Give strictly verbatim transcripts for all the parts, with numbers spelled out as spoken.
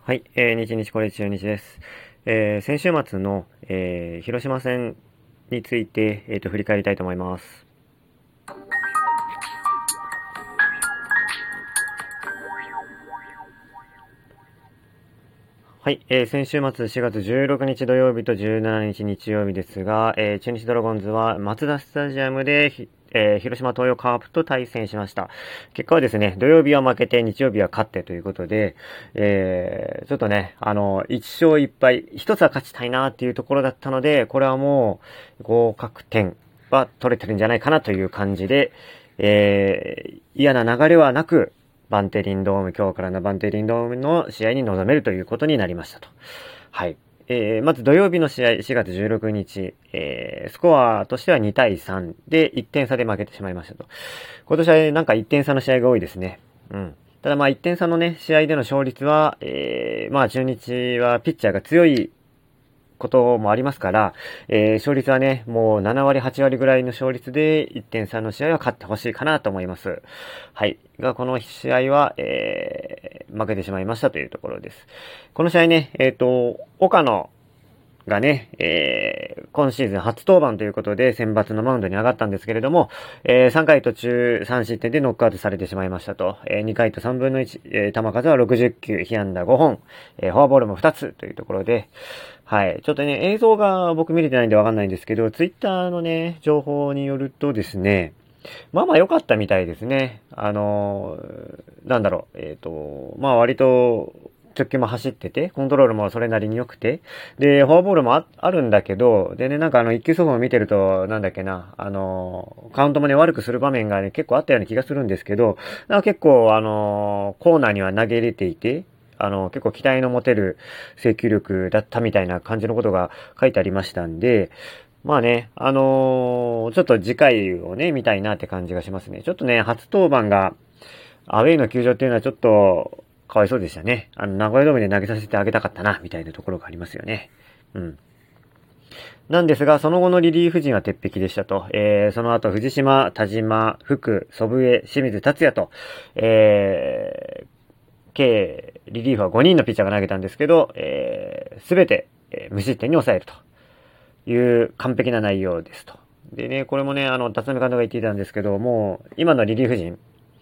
はい、えー、日日これ中日です。えー、先週末の、えー、広島戦について、えーと、振り返りたいと思います。はい、えー、先週末しがつじゅうろくにち土曜日とじゅうしちにち日曜日ですが、えー、中日ドラゴンズはマツダスタジアムで、えー、広島東洋カープと対戦しました。結果はですね、土曜日は負けて、日曜日は勝ってということで、えー、ちょっとね、あの、いちしょういっぱい、ひとつは勝ちたいなっていうところだったので、これはもう、合格点は取れてるんじゃないかなという感じで、えー、嫌な流れはなく、バンテリンドーム、今日からのバンテリンドームの試合に臨めるということになりましたと。はい。えー、まず土曜日の試合、しがつじゅうろくにち、えー、スコアとしてはにたいさんでいってん差で負けてしまいましたと。今年はなんかいってん差の試合が多いですね。うん。ただまあいってん差のね、試合での勝率は、えー、まあ中日はピッチャーが強いこともありますから、えー、勝率はね、もうななわり、はちわりぐらいの勝率でいってん差の試合は勝ってほしいかなと思います。はい。が、この試合は、えー、負けてしまいましたというところです。この試合ね、えっと、岡野がね、えー、今シーズン初登板ということで選抜のマウンドに上がったんですけれども、えー、さんかい途中さんしってんでノックアウトされてしまいましたと。えー、にかいとさんぶんのいち、えー、球数はろくじゅっきゅう、被安打ごほん、えー、フォアボールもふたつというところで、はい。ちょっとね、映像が僕見れてないんでわかんないんですけど、ツイッターのね、情報によるとですね、まあまあ良かったみたいですね。あのー、なんだろう、えっと、まあ割と、直球も走ってて、コントロールもそれなりに良くて、で、フォアボールも あ, あるんだけど、でね、なんかあの、一球速報を見てると、なんだっけな、あのー、カウントもね、悪くする場面がね、結構あったような気がするんですけど、なんか結構、あのー、コーナーには投げ入れていて、あの、結構期待の持てる制球力だったみたいな感じのことが書いてありましたんで、まあね、あのー、ちょっと次回をね、見たいなって感じがしますね。ちょっとね、初登板が、アウェイの球場っていうのはちょっと、かわいそうでしたね。あの、名古屋ドームで投げさせてあげたかったな、みたいなところがありますよね。うん。なんですが、その後のリリーフ陣は鉄壁でしたと。えー、その後、藤島、田島、福、祖父江、清水達也と、えー、計、リリーフはごにんのピッチャーが投げたんですけど、えー、すべて、えー、無失点に抑えると。いう完璧な内容ですと。でね、これもね、あの、辰巳監督が言っていたんですけど、もう、今のリリーフ陣、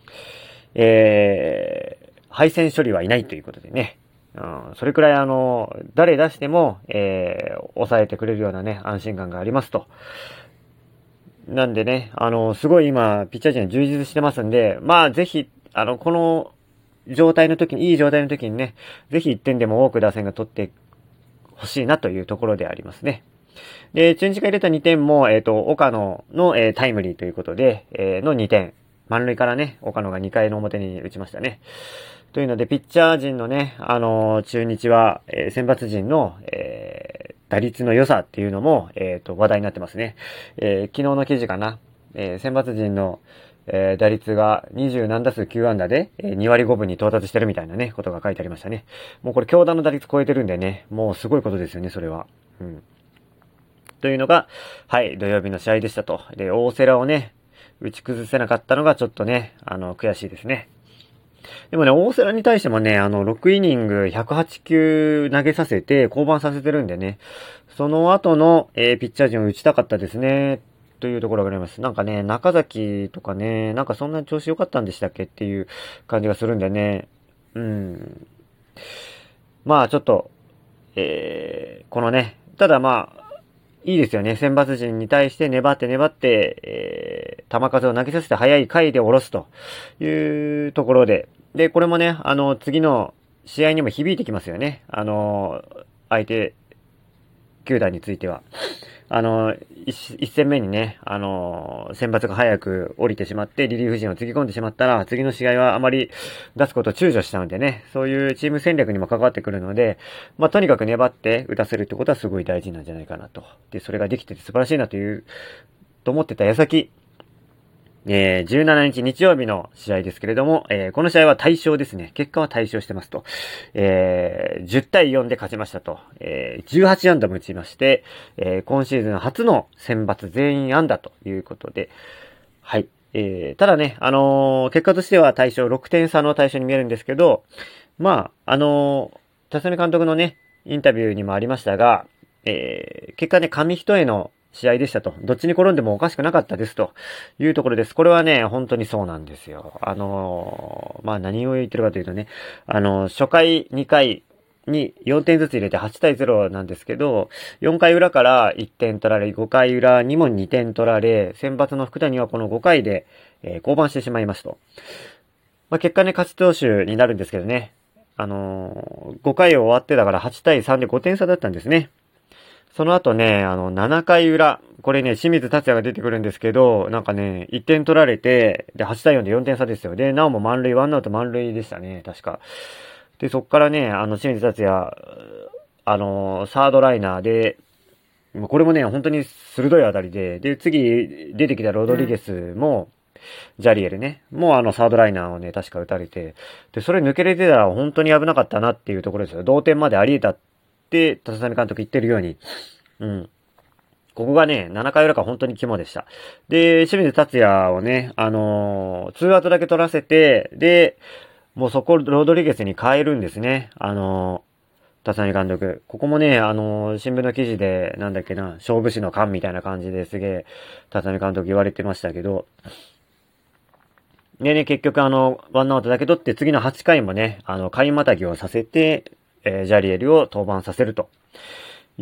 えー、敗戦処理はいないということでね、うん、それくらいあの、誰出しても、えー、抑えてくれるようなね、安心感がありますと。なんでね、あの、すごい今、ピッチャー陣充実してますんで、まあ、ぜひ、あの、この状態の時に、いい状態の時にね、ぜひいってんでも多く打線が取ってほしいなというところでありますね。で、中日が入れたにてんも、えっ、ー、と、岡野の、えー、タイムリーということで、えー、のにてん。満塁からね、岡野がにかいの表に打ちましたね。というので、ピッチャー陣のね、あのー、中日は、えー、選抜陣の、えー、打率の良さっていうのも、えっ、ー、と、話題になってますね。えー、昨日の記事かな。えー、選抜陣の、えー、打率がにじゅうなんだすうきゅうあんだで、えー、にわりごぶに到達してるみたいなね、ことが書いてありましたね。もうこれ、強打の打率超えてるんでね、もうすごいことですよね、それは。うん。というのが、はい、土曜日の試合でしたと。で、大瀬良をね、打ち崩せなかったのがちょっとね、あの、悔しいですね。でもね、大瀬良に対してもね、あの、ろくイニングひゃくはちきゅう投げさせて、降板させてるんでね、その後の、えー、ピッチャー陣を打ちたかったですね、というところがあります。なんかね、中崎とかね、なんかそんな調子良かったんでしたっけっていう感じがするんでね、うん。まあ、ちょっと、えー、このね、ただまあ、いいですよね。選抜陣に対して粘って粘って、えー、球数を投げさせて早い回で下ろすというところで。で、これもね、あの、次の試合にも響いてきますよね。あの、相手球団については。あの、一一戦目にね、あの、選抜が早く降りてしまって、リリーフ陣をつぎ込んでしまったら、次の試合はあまり出すことを躊躇したのでね、そういうチーム戦略にも関わってくるので、まあ、とにかく粘って打たせるってことはすごい大事なんじゃないかなと。で、それができてて素晴らしいなという、と思ってた矢先、えー、じゅうしちにち日曜日の試合ですけれども、えー、この試合は大勝ですね。結果は大勝してますと。えー、じゅうたいよんで勝ちましたと。えー、じゅうはちあんだも打ちまして、えー、今シーズン初の選抜全員安打ということで、はい。えー、ただね、あのー、結果としては大勝ろくてん差の大勝に見えるんですけど、まあ、あの立浪監督のね、インタビューにもありましたが、えー、結果ね、紙一重の試合でしたと。どっちに転んでもおかしくなかったですというところです。これはね、本当にそうなんですよ。あのー、まあ何を言ってるかというとね、あのー、初回にかいによんてんずつ入れてはちたいゼロなんですけど、よんかい裏からいってん取られ、ごかい裏にもにてん取られ、先発の福谷はこのごかいで、えー、降板してしまいますと。まあ結果ね、勝ち投手になるんですけどね。あのー、ごかい終わってだからはちたいさんでごてん差だったんですね。その後ね、あの、ななかい裏。これね、清水達也が出てくるんですけど、なんかね、いってん取られて、で、はちたいよんでよんてん差ですよ。で、なおも満塁、ワンアウト満塁でしたね、確か。で、そっからね、あの、清水達也、あの、サードライナーで、これもね、本当に鋭い当たりで、で、次、出てきたロドリゲスも、ジャリエルね。もうあのサードライナーをね、確か打たれて。で、それ抜けれてたら本当に危なかったなっていうところですよ。同点まであり得たって、立浪監督言ってるように。うん。ここがね、ななかい裏から本当に肝でした。で、清水達也をね、あのー、ツーアウトだけ取らせて、で、もうそこロドリゲスに変えるんですね。あのー、立浪監督。ここもね、あのー、新聞の記事で、なんだっけな、勝負師の勘みたいな感じですげえ、立浪監督言われてましたけど、でね、結局あの、ワンアウトだけ取って次のはちかいもね、あの、回またぎをさせて、えー、ジャリエルを登板させるという、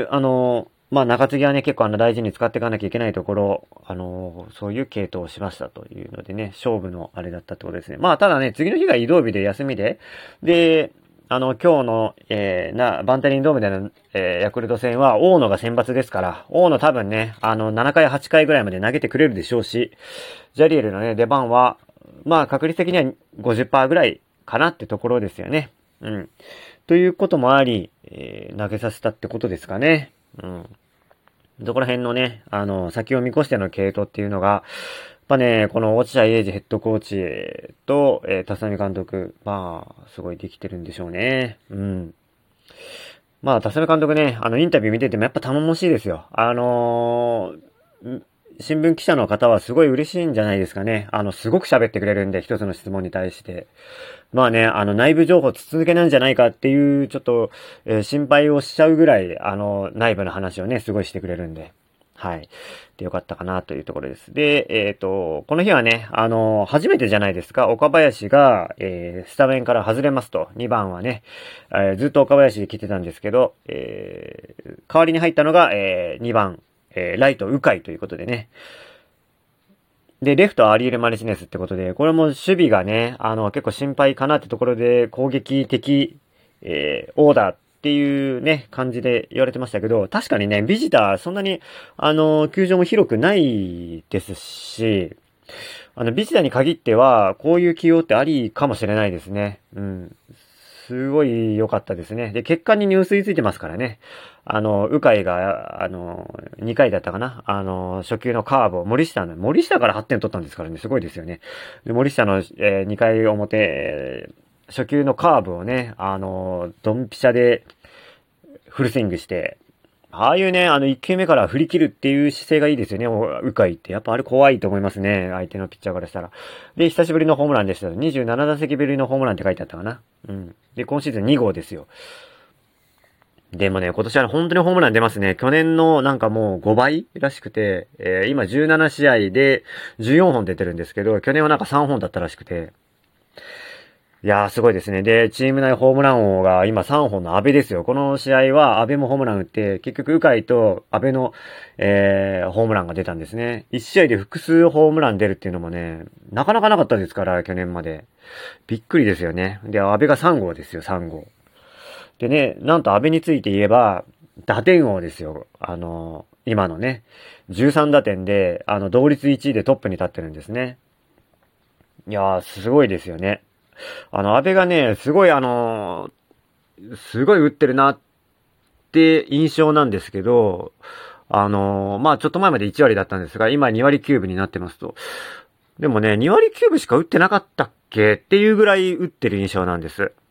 あの、まあ、中継ぎはね、結構あの大事に使っていかなきゃいけないところ、あの、そういう系統をしましたというのでね、勝負のあれだったってことですね。まあ、ただね、次の日が移動日で休みで、で、あの、今日の、えー、な、バンテリンドームでの、えー、ヤクルト戦は、大野が先発ですから、大野多分ね、あの、ななかい、はちかいぐらいまで投げてくれるでしょうし、ジャリエルのね、出番は、まあ、確率的には ごじゅっパーセント ぐらいかなってところですよね。うん。ということもあり、えー、投げさせたってことですかね。うん。どこら辺のね、あの、先を見越しての系統っていうのが、やっぱね、この落合英二ヘッドコーチと、えー、立浪監督、まあ、すごいできてるんでしょうね。うん。まあ、立浪監督ね、あの、インタビュー見ててもやっぱ頼もしいですよ。あのー、新聞記者の方はすごい嬉しいんじゃないですかね。あの、すごく喋ってくれるんで、一つの質問に対して。まあね、あの、内部情報筒抜けなんじゃないかっていう、ちょっと、えー、心配をしちゃうぐらい、あの、内部の話をね、すごいしてくれるんで。はい。で、よかったかなというところです。で、えっと、この日はね、あの、初めてじゃないですか、岡林が、えー、スタメンから外れますと、にばんはね、えー、ずっと岡林で来てたんですけど、えー、代わりに入ったのが、えー、にばん、えー、ライト、ウカイということでね。で、レフトはアリエル・マルチネスってことで、これも守備がね、あの、結構心配かなってところで、攻撃的、えー、オーダーっていうね、感じで言われてましたけど、確かにね、ビジター、そんなに、あの、球場も広くないですし、あの、ビジターに限っては、こういう起用ってありかもしれないですね。うん。すごい良かったですね。で、血管に入水ついてますからね。あの、ウカイが、あの、にかいだったかな。あの、初球のカーブを森下の、森下からはってん取ったんですからね、すごいですよね。で、森下の、えー、にかい表、えー、初球のカーブをね、あの、ドンピシャでフルスイングして、ああいうね、あの、いっきゅうめから振り切るっていう姿勢がいいですよね、ウカイって。やっぱあれ怖いと思いますね、相手のピッチャーからしたら。で、久しぶりのホームランでした。にじゅうななだせきぶりのホームランって書いてあったかな。うん。で、今シーズンにごうですよ。でもね、今年は本当にホームラン出ますね。去年のなんかもうごばいらしくて、えー、今じゅうななしあいでじゅうよんほん出てるんですけど、去年はなんかさんほんだったらしくて、いやーすごいですね。で、チーム内ホームラン王が今さんほんの安倍ですよ。この試合は安倍もホームラン打って、結局、ウカイと安倍の、えー、ホームランが出たんですね。いち試合で複数ホームラン出るっていうのもね、なかなかなかったですから、去年まで。びっくりですよね。で、安倍がさんごうですよ、さんごう。でね、なんと安倍について言えば、打点王ですよ。あの、今のね、じゅうさんだてんで、あの、同率いちいでトップに立ってるんですね。いやー、すごいですよね。あの、安倍がね、すごいあのー、すごい打ってるなって印象なんですけど、あのー、まあちょっと前までいちわりだったんですが、今にわりきゅうぶになってますと。でもね、にわりきゅうぶしか打ってなかったっけっていうぐらい打ってる印象なんです。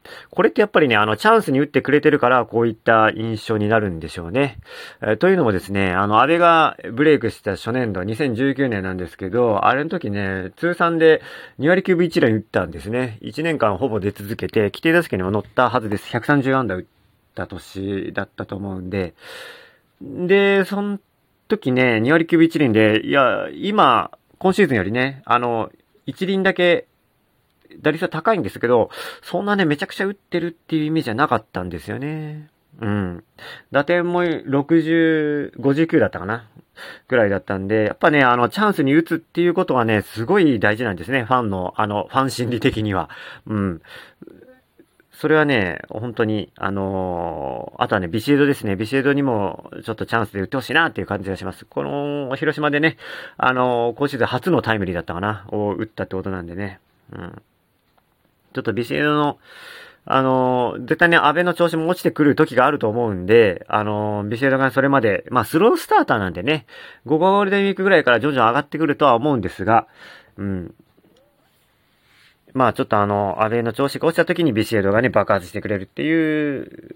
これってやっぱりね、あの、チャンスに打ってくれてるから、こういった印象になるんでしょうね。えー、というのもですね、あの、安倍がブレイクした初年度、にせんじゅうきゅうねんなんですけど、あれの時ね、通算でにわりきゅうぶいちり打ったんですね。いちねんかんほぼ出続けて、規定打席にも乗ったはずです。ひゃくさんじゅうあんだ打った年だったと思うんで。で、その時ね、にわりきゅうぶいちりんで、いや、今、今シーズンよりね、あの、いちりんだけ、打率は高いんですけど、そんなね、めちゃくちゃ打ってるっていうイメージはなかったんですよね。うん。打点もろくじゅう、ごじゅうきゅうだったかなぐらいだったんで、やっぱね、あの、チャンスに打つっていうことはね、すごい大事なんですね。ファンの、あの、ファン心理的には。うん。それはね、本当に、あのー、あとはね、ビシエドですね。ビシエドにも、ちょっとチャンスで打ってほしいなっていう感じがします。この、広島でね、あのー、今シーズン初のタイムリーだったかなを打ったってことなんでね。うん。ちょっとビシエドの、あのー、絶対ね、安倍の調子も落ちてくる時があると思うんで、あのー、ビシエドがそれまで、まあ、スロースターターなんでね、ごゴールデンウィークぐらいから徐々に上がってくるとは思うんですが、うん。まあ、ちょっとあの、安倍の調子が落ちた時にビシエドがね、爆発してくれるっていう、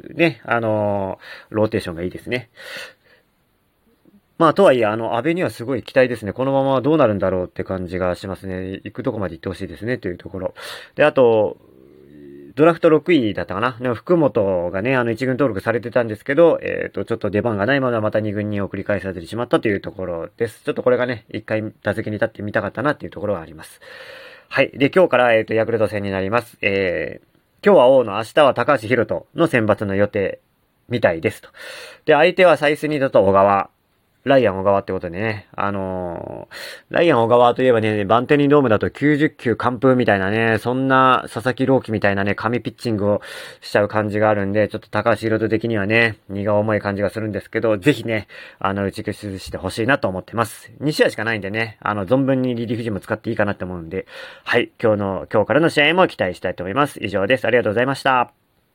ね、あのー、ローテーションがいいですね。まあ、とはいえ、あの、安倍にはすごい期待ですね。このままどうなるんだろうって感じがしますね。行くとこまで行ってほしいですね、というところ。で、あと、ドラフトろくいだったかな。でも福本がね、あの一軍登録されてたんですけど、えっと、ちょっと出番がないまままた二軍に送り返されてしまったというところです。ちょっとこれがね、一回打席に立ってみたかったなっていうところはあります。はい。で、今日から、えっと、ヤクルト戦になります。えー、今日は大野、明日は高橋宏斗の選抜の予定みたいですと。で、相手はサイスニードと小川。ライアン小川ってことでね、あのー、ライアン小川といえばね、バンテリンドームだときゅうじゅっきゅう完封みたいなね、そんな佐々木朗希みたいなね、神ピッチングをしちゃう感じがあるんで、ちょっと高橋宏斗的にはね、荷が重い感じがするんですけど、ぜひね、あの、打ち崩してほしいなと思ってます。にしあいしかないんでね、あの、存分にリリーフ陣も使っていいかなって思うんで、はい、今日の、今日からの試合も期待したいと思います。以上です。ありがとうございました。